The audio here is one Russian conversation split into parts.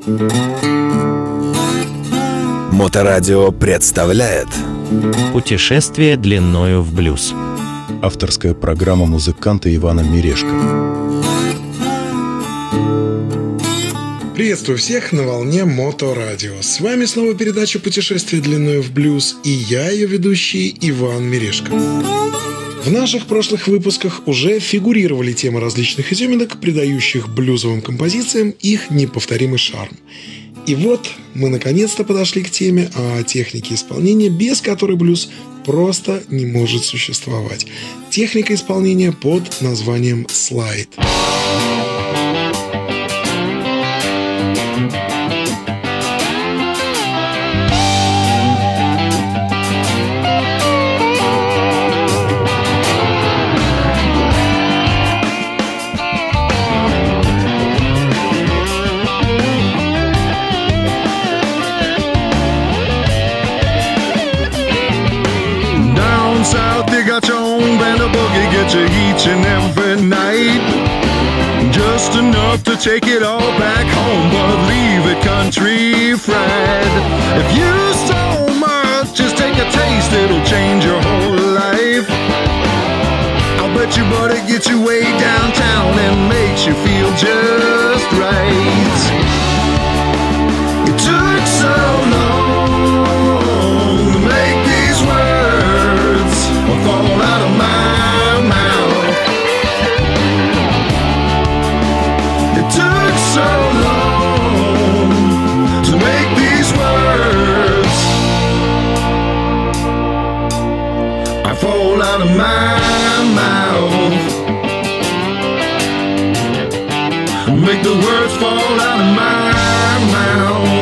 Моторадио представляет «Путешествие длиною в блюз». Авторская программа музыканта Ивана Мирешко. Приветствую всех на волне Моторадио. С вами снова передача «Путешествие длиною в блюз» и я, ее ведущий Иван Мирешко. В наших прошлых выпусках уже фигурировали темы различных изюминок, придающих блюзовым композициям их неповторимый шарм. И вот мы наконец-то подошли к теме о технике исполнения, без которой блюз просто не может существовать. Техника исполнения под названием слайд. Each and every night, just enough to take it all back home, but leave it country fried. If you so much, just take a taste, it'll change your whole life. I'll bet you, but it gets you way downtown and makes you feel just right. It took so long to make these words fall out of my so long to make these words. I fall out of my mouth. Make the words fall out of my mouth.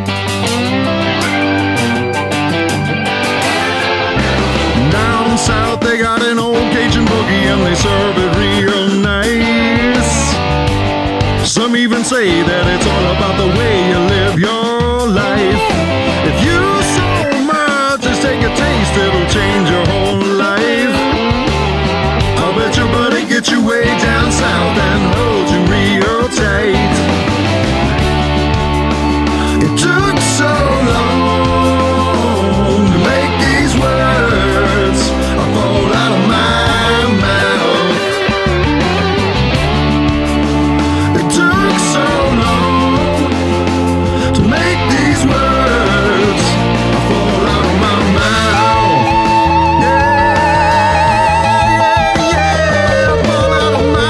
Down south they got an old Cajun boogie and they serve it real nice. Some even say that it's all about the way you live your life. If you so much as take a taste, it'll change your whole life. I'll bet your buddy gets you way down south and holds you real tight. It took so long to make these words fall out of my mouth. So long to make these words fall out of my mouth. Yeah, yeah, fall out of my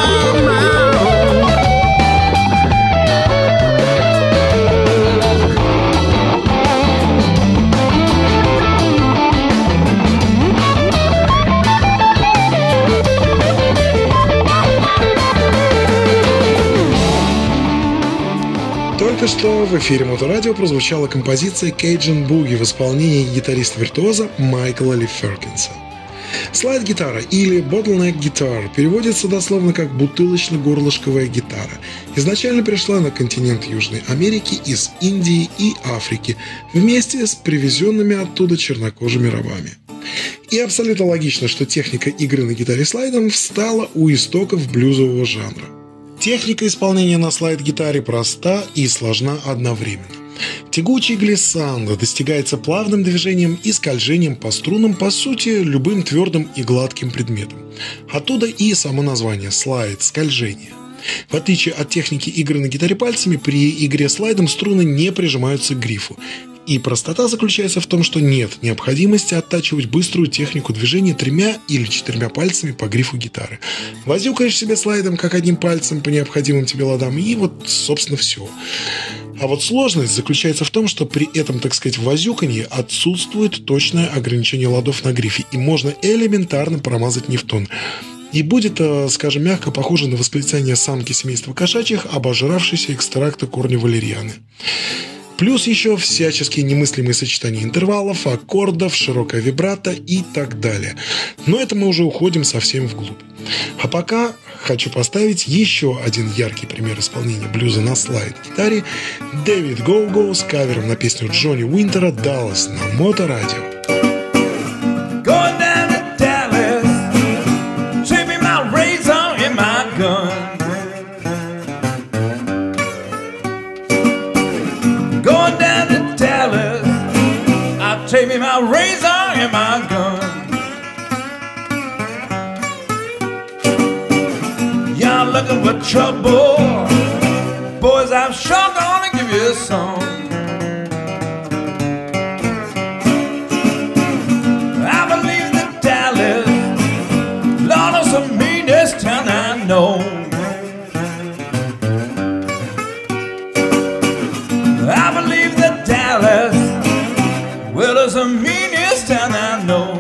Только что в эфире Моторадио прозвучала композиция Cajun Boogie в исполнении гитариста-виртуоза Майкла Ли Феркинса. Слайд-гитара или bottleneck guitar переводится дословно как бутылочно-горлышковая гитара. Изначально пришла на континент Южной Америки из Индии и Африки вместе с привезенными оттуда чернокожими рабами. И абсолютно логично, что техника игры на гитаре слайдом встала у истоков блюзового жанра. Техника исполнения на слайд-гитаре проста и сложна одновременно. Тягучий глиссандо достигается плавным движением и скольжением по струнам, по сути, любым твердым и гладким предметом. Оттуда и само название слайд – скольжение. В отличие от техники игры на гитаре пальцами, при игре слайдом струны не прижимаются к грифу. И простота заключается в том, что нет необходимости оттачивать быструю технику движения 3 или 4 пальцами по грифу гитары. Возюкаешь себе слайдом как одним пальцем по необходимым тебе ладам, и вот, собственно, все. А вот сложность заключается в том, что при этом, так сказать, возюканье отсутствует точное ограничение ладов на грифе, и можно элементарно промазать не в тон. И будет, скажем мягко, похоже на восклицание самки семейства кошачьих, обожравшейся экстракта корня валерианы. Плюс еще всяческие немыслимые сочетания интервалов, аккордов, широкая вибрато и так далее. Но это мы уже уходим совсем вглубь. А пока хочу поставить еще один яркий пример исполнения блюза на слайд-гитаре. Дэвид Гоу-Гоу с кавером на песню Джонни Уинтера «Даллас» на Моторадио. going down to Dallas. I'll take me my razor and my gun. Y'all looking for trouble, boys, I'm sure gonna give you some. I believe that Dallas, Lord, is the meanest town I know. I believe that Dallas, well, it's the meanest town I know.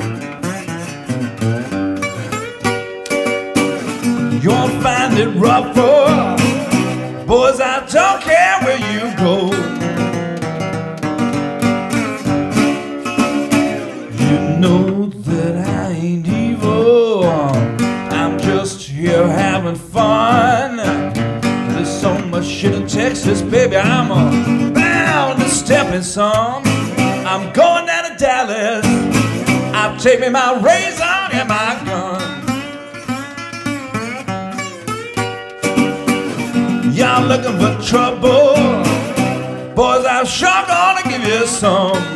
You'll find it rough, boys, I don't care where you go. You know that I ain't evil, I'm just here having fun. There's so much shit in Texas, baby, I'm bound to step in some. I'm going down to Dallas, I'll take me my razor and my gun. Y'all looking for trouble, boys, I'm sure gonna give you some.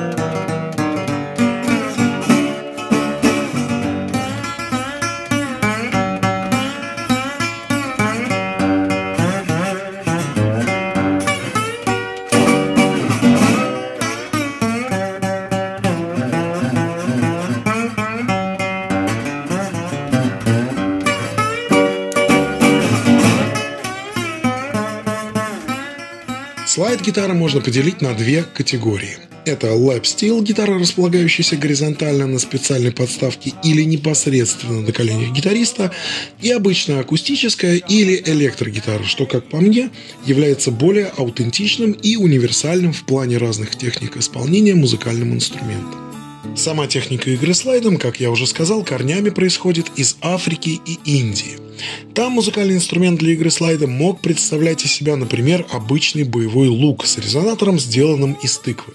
Слайд-гитары можно поделить на две категории. Это лэп-стил, гитара, располагающаяся горизонтально на специальной подставке или непосредственно на коленях гитариста, и обычная акустическая или электрогитара, что, как по мне, является более аутентичным и универсальным в плане разных техник исполнения музыкальным инструментом. Сама техника игры слайдом, как я уже сказал, корнями происходит из Африки и Индии. Там музыкальный инструмент для игры слайдом мог представлять из себя, например, обычный боевой лук с резонатором, сделанным из тыквы.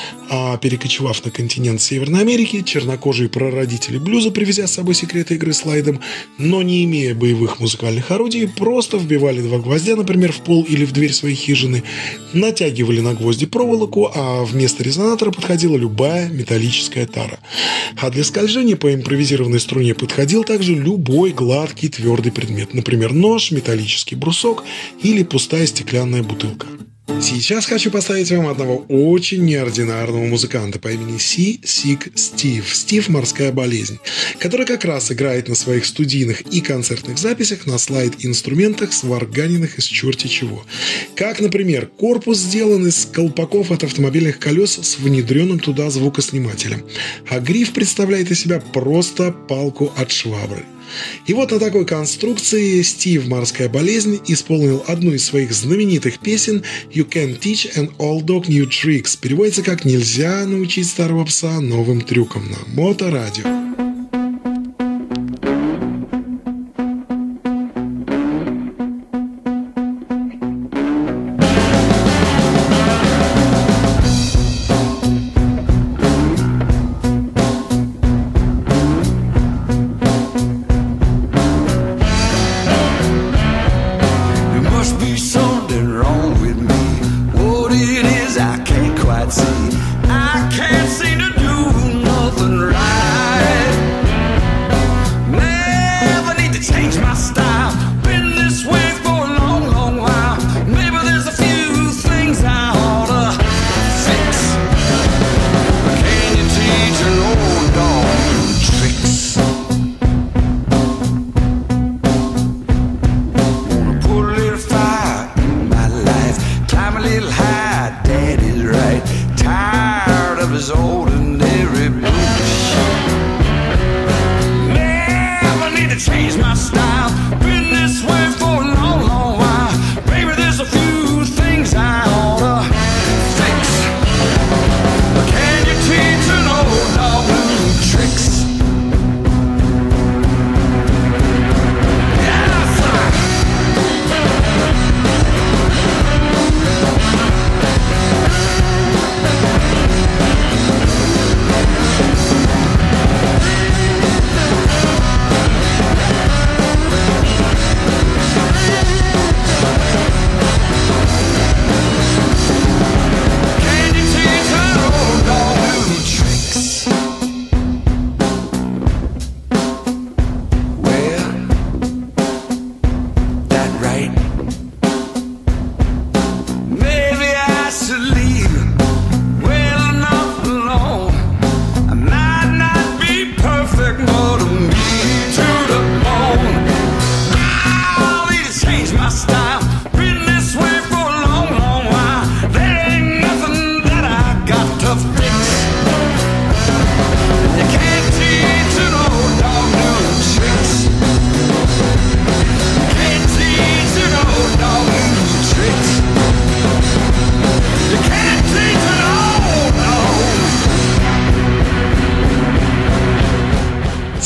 А перекочевав на континент Северной Америки, чернокожие прародители блюза, привезя с собой секреты игры слайдом, но не имея боевых музыкальных орудий, просто вбивали два гвоздя, например, в пол или в дверь своей хижины, натягивали на гвозди проволоку, а вместо резонатора подходила любая металлическая тара. А для скольжения по импровизированной струне подходил также любой гладкий твердый предмет, например, нож, металлический брусок или пустая стеклянная бутылка. Сейчас хочу поставить вам одного очень неординарного музыканта по имени Sea Sick Steve, Стив «Морская болезнь», который как раз играет на своих студийных и концертных записях на слайд-инструментах, сварганенных из черти чего. Как, например, корпус сделан из колпаков от автомобильных колес с внедренным туда звукоснимателем, а гриф представляет из себя просто палку от швабры. И вот на такой конструкции Стив «Морская болезнь» исполнил одну из своих знаменитых песен «You Can't Teach an Old Dog New Tricks». Переводится как «Нельзя научить старого пса новым трюкам» на Моторадио.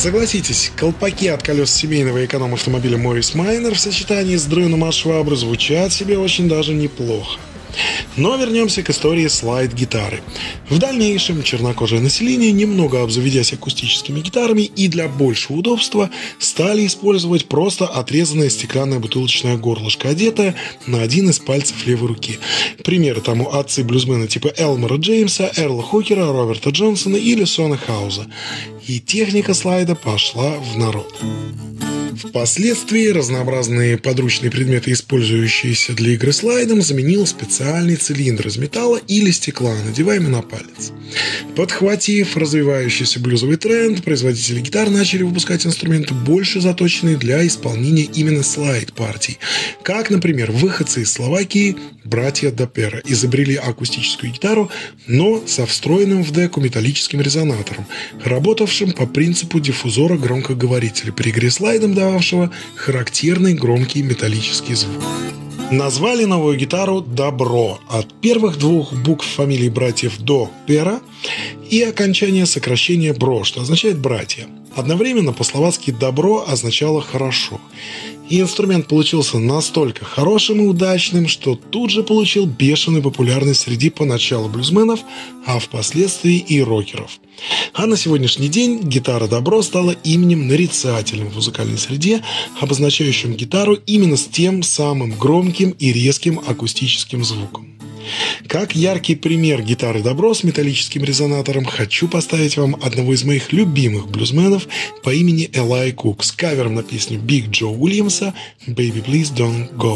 Согласитесь, колпаки от колес семейного эконом-автомобиля Morris Minor в сочетании с дрыном от швабры звучат себе очень даже неплохо. Но вернемся к истории слайд-гитары. В дальнейшем чернокожее население, немного обзаведясь акустическими гитарами и для большего удобства, стали использовать просто отрезанное стеклянное бутылочное горлышко, одетое на один из пальцев левой руки. Примеры тому отцы блюзмена типа Элмора Джеймса, Эрла Хукера, Роберта Джонсона или Сона Хауза. И техника слайда пошла в народ. Впоследствии разнообразные подручные предметы, использующиеся для игры слайдом, заменил специальный цилиндр из металла или стекла, надеваемый на палец. Подхватив развивающийся блюзовый тренд, производители гитар начали выпускать инструменты, больше заточенные для исполнения именно слайд-партий. Как, например, выходцы из Словакии, братья Допера, изобрели акустическую гитару, но со встроенным в деку металлическим резонатором, работавшим по принципу диффузора громкоговорителя, при игре слайдом дававшего характерный громкий металлический звук. Назвали новую гитару «Добро» от первых двух букв фамилии братьев Допера и окончания сокращения «бро», что означает «братья». Одновременно по-словацки «добро» означало «хорошо». И инструмент получился настолько хорошим и удачным, что тут же получил бешеную популярность среди поначалу блюзменов, а впоследствии и рокеров. А на сегодняшний день гитара «Добро» стала именем нарицательным в музыкальной среде, обозначающим гитару именно с тем самым громким и резким акустическим звуком. Как яркий пример гитары «Добро» с металлическим резонатором хочу поставить вам одного из моих любимых блюзменов по имени Элай Кук с кавером на песню Биг Джо Уильямса «Baby Please Don't Go».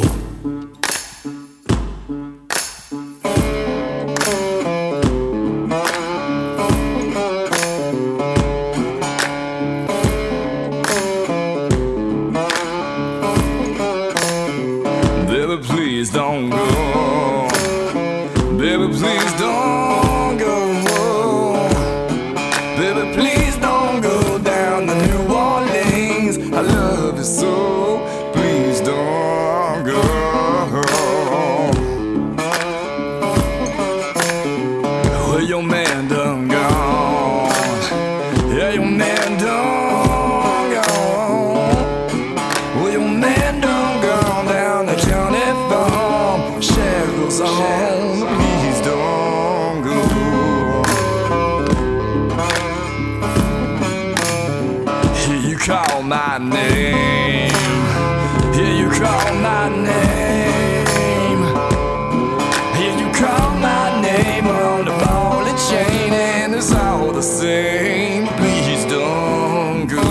Baby, please don't go. Baby, please don't go. Baby, please don't go down to New Orleans. I love you so. Please don't go. Well, your man done gone. Yeah, your man done gone. Well, your man done gone down the county farm. Shackles on. Please don't go. Here you call my name. Here you call my name. Here you call my name on the ball and chain, and it's all the same. Please don't go.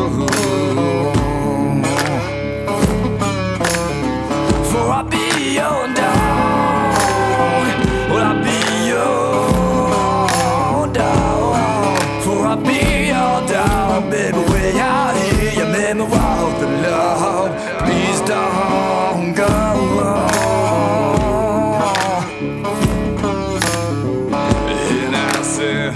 For I'll be your dog. Well, I'll be your dog. For I'll be your dog, baby. Way out here, you made me walk the love. Please don't go. And I said,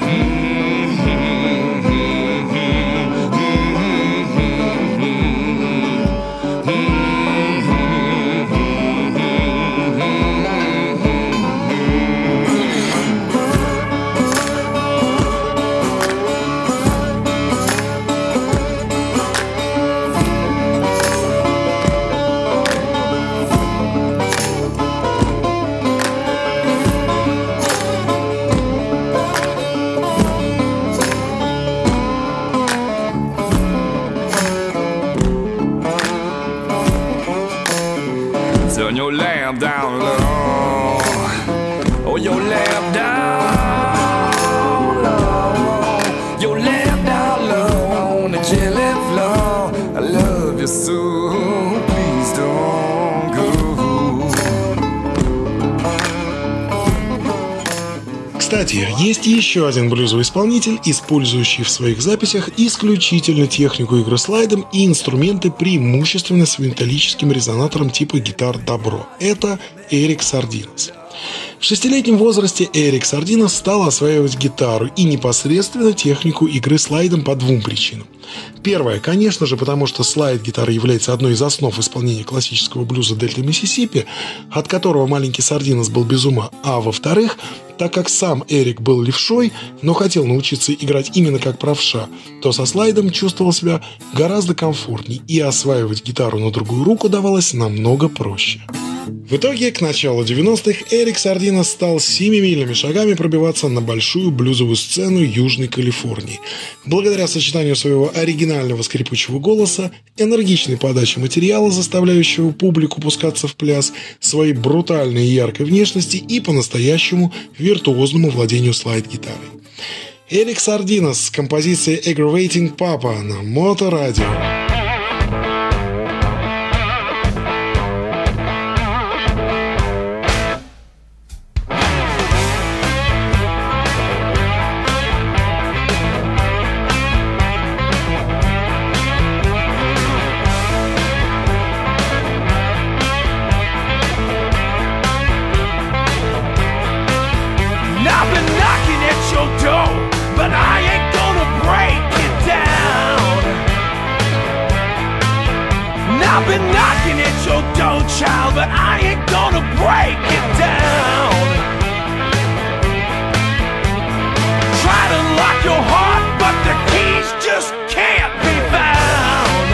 turn your lamp down low. Oh, your lamp down low. Your lamp down low on the jelly floor. I love you so. Please don't go. Кстати, есть еще один блюзовый исполнитель, использующий в своих записях исключительно технику игры слайдом и инструменты преимущественно с металлическим резонатором типа гитар «Добро». Это Эрик Сардинес. В 6-летнем возрасте Эрик Сардинес стал осваивать гитару и непосредственно технику игры слайдом по двум причинам. Первое, конечно же, потому что слайд-гитара является одной из основ исполнения классического блюза Дельты Миссисипи, от которого маленький Сардинес был без ума. А во-вторых, Так как сам Эрик был левшой, но хотел научиться играть именно как правша, то со слайдом чувствовал себя гораздо комфортней, и осваивать гитару на другую руку давалось намного проще. В итоге, к началу 90-х Эрик Сардинос стал семимильными шагами пробиваться на большую блюзовую сцену Южной Калифорнии. Благодаря сочетанию своего оригинального скрипучего голоса, энергичной подачи материала, заставляющего публику пускаться в пляс, своей брутальной и яркой внешности и по-настоящему виртуозному владению слайд-гитарой. Эрик Сардинос с композицией Aggravating Papa на Моторадио. I've been knocking at your door, child, but I ain't gonna break it down. Try to lock your heart, but the keys just can't be found.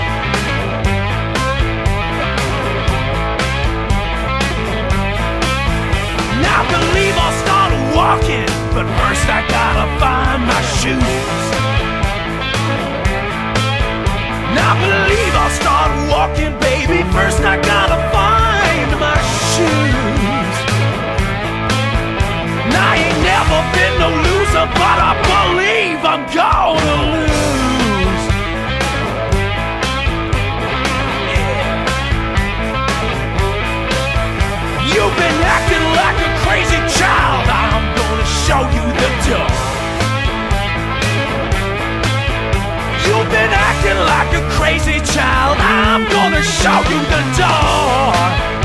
Now I believe I'll start walking, but first I gotta find my shoes. I believe I'll start walking, baby. First I gotta find my shoes. Now I ain't never been no loser, but I believe I'm gonna lose. Yeah. You've been acting like a crazy child. I'm gonna show you the door. You've been acting like a crazy child. I'm gonna show you the door.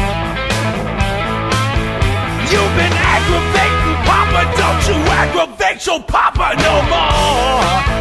You've been aggravating Papa. Don't you aggravate your Papa no more.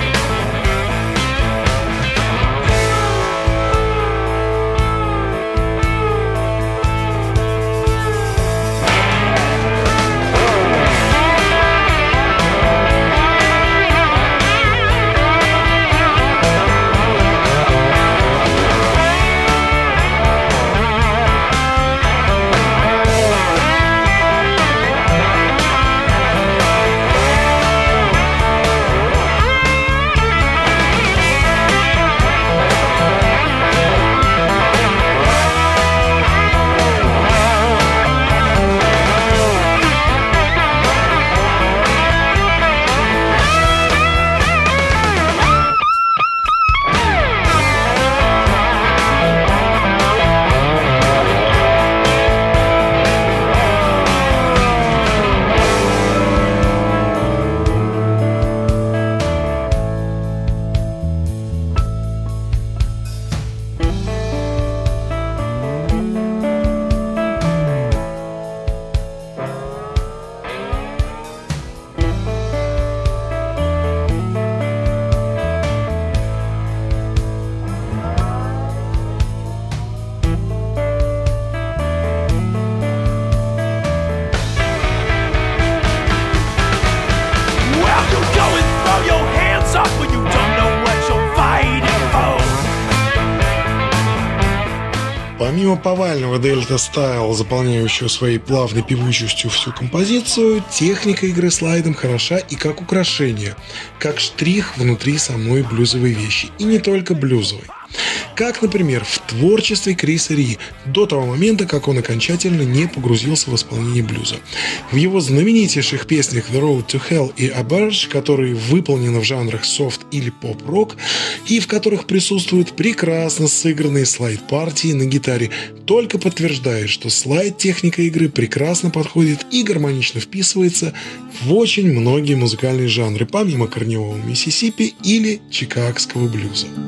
Помимо повального дельта-стайла, заполняющего своей плавной певучестью всю композицию, техника игры слайдом хороша и как украшение, как штрих внутри самой блюзовой вещи, и не только блюзовой. Как, например, в творчестве Криса Ри, до того момента, как он окончательно не погрузился в исполнение блюза. В его знаменитейших песнях The Road to Hell и A Barge, которые выполнены в жанрах софт или поп-рок, и в которых присутствуют прекрасно сыгранные слайд-партии на гитаре, только подтверждает, что слайд-техника игры прекрасно подходит и гармонично вписывается в очень многие музыкальные жанры, помимо корневого Миссисипи или чикагского блюза.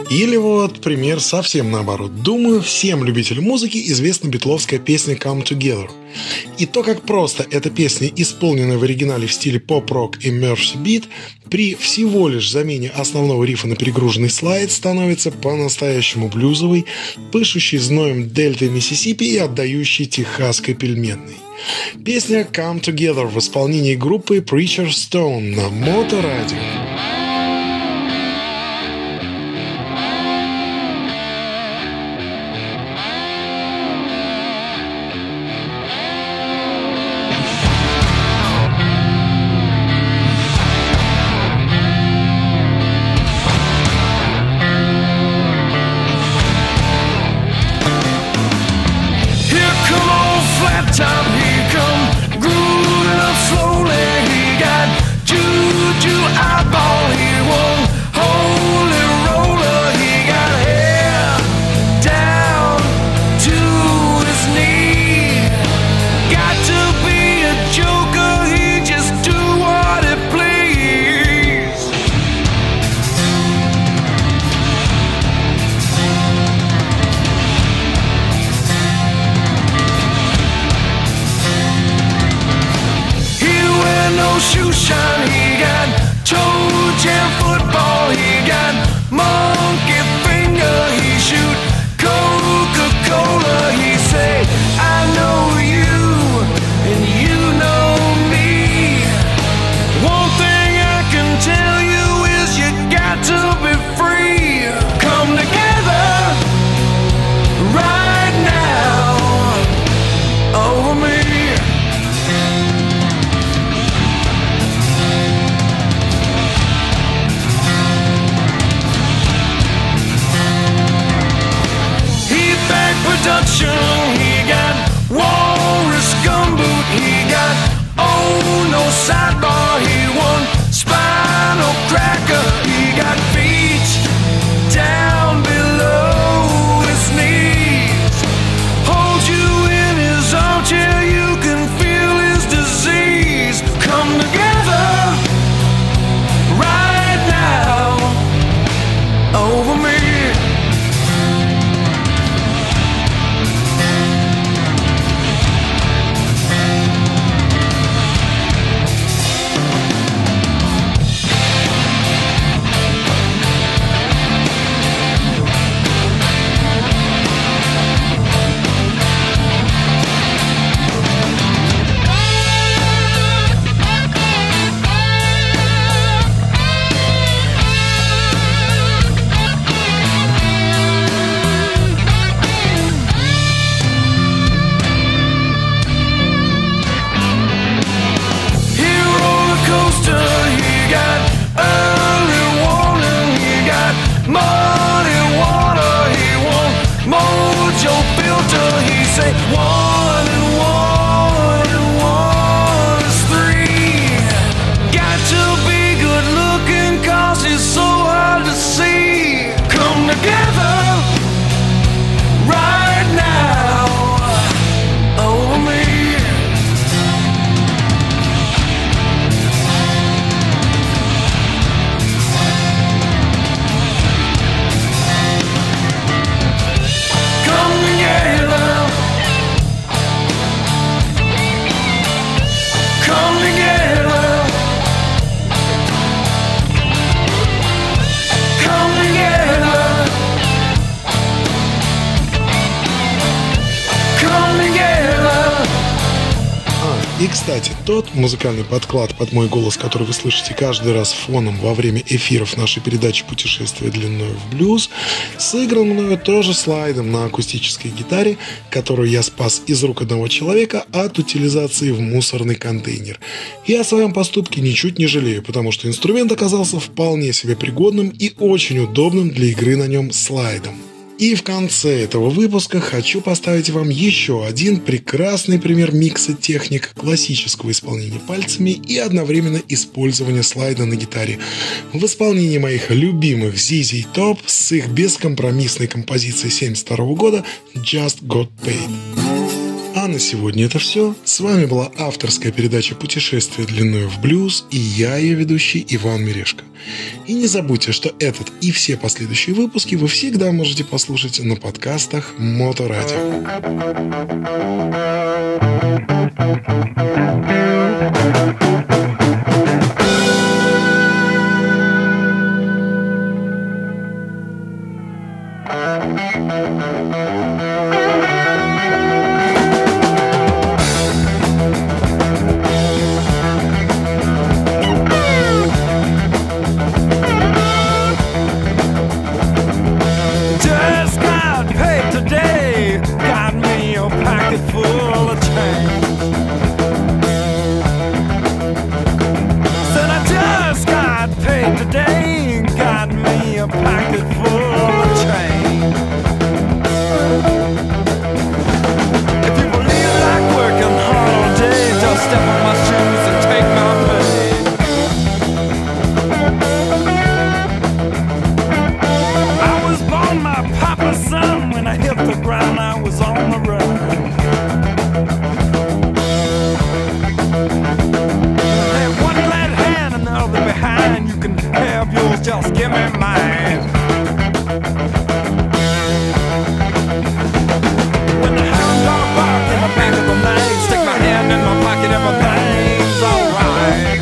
Или вот пример совсем наоборот. Думаю, всем любителям музыки известна битловская песня «Come Together». И то, как просто эта песня, исполненная в оригинале в стиле поп-рок и мерси-бит, при всего лишь замене основного рифа на перегруженный слайд становится по-настоящему блюзовой, пышущей зноем дельты Миссисипи и отдающей техасской пельменной. Песня «Come Together» в исполнении группы Preacher Stone на Моторадио. Shoe shine, he got toe jam football, he got monkey finger, he shoot Coca-Cola, he say, I know you, and you know me. One thing I can tell you is you got to be free. Come together right now over me. Production, he got Walrus gumboot, he got oh no sidebar, he won spinal cracker, he got feet down below his knees, hold you in his arms till you can feel his disease. Come together right now over me. И, кстати, тот музыкальный подклад под мой голос, который вы слышите каждый раз фоном во время эфиров нашей передачи «Путешествие длиною в блюз», сыгран мною тоже слайдом на акустической гитаре, которую я спас из рук одного человека от утилизации в мусорный контейнер. И о своем поступке ничуть не жалею, потому что инструмент оказался вполне себе пригодным и очень удобным для игры на нем слайдом. И в конце этого выпуска хочу поставить вам еще один прекрасный пример микса техник классического исполнения пальцами и одновременно использования слайда на гитаре в исполнении моих любимых ZZ Top с их бескомпромиссной композицией 1972 года «Just Got Paid». А на сегодня это все. С вами была авторская передача «Путешествие длиною в блюз» и я, ее ведущий Иван Мирешко. И не забудьте, что этот и все последующие выпуски вы всегда можете послушать на подкастах Моторадио. Just give me mine. When the hound dog bark in the back of the night, stick my hand in my pocket, everything's alright.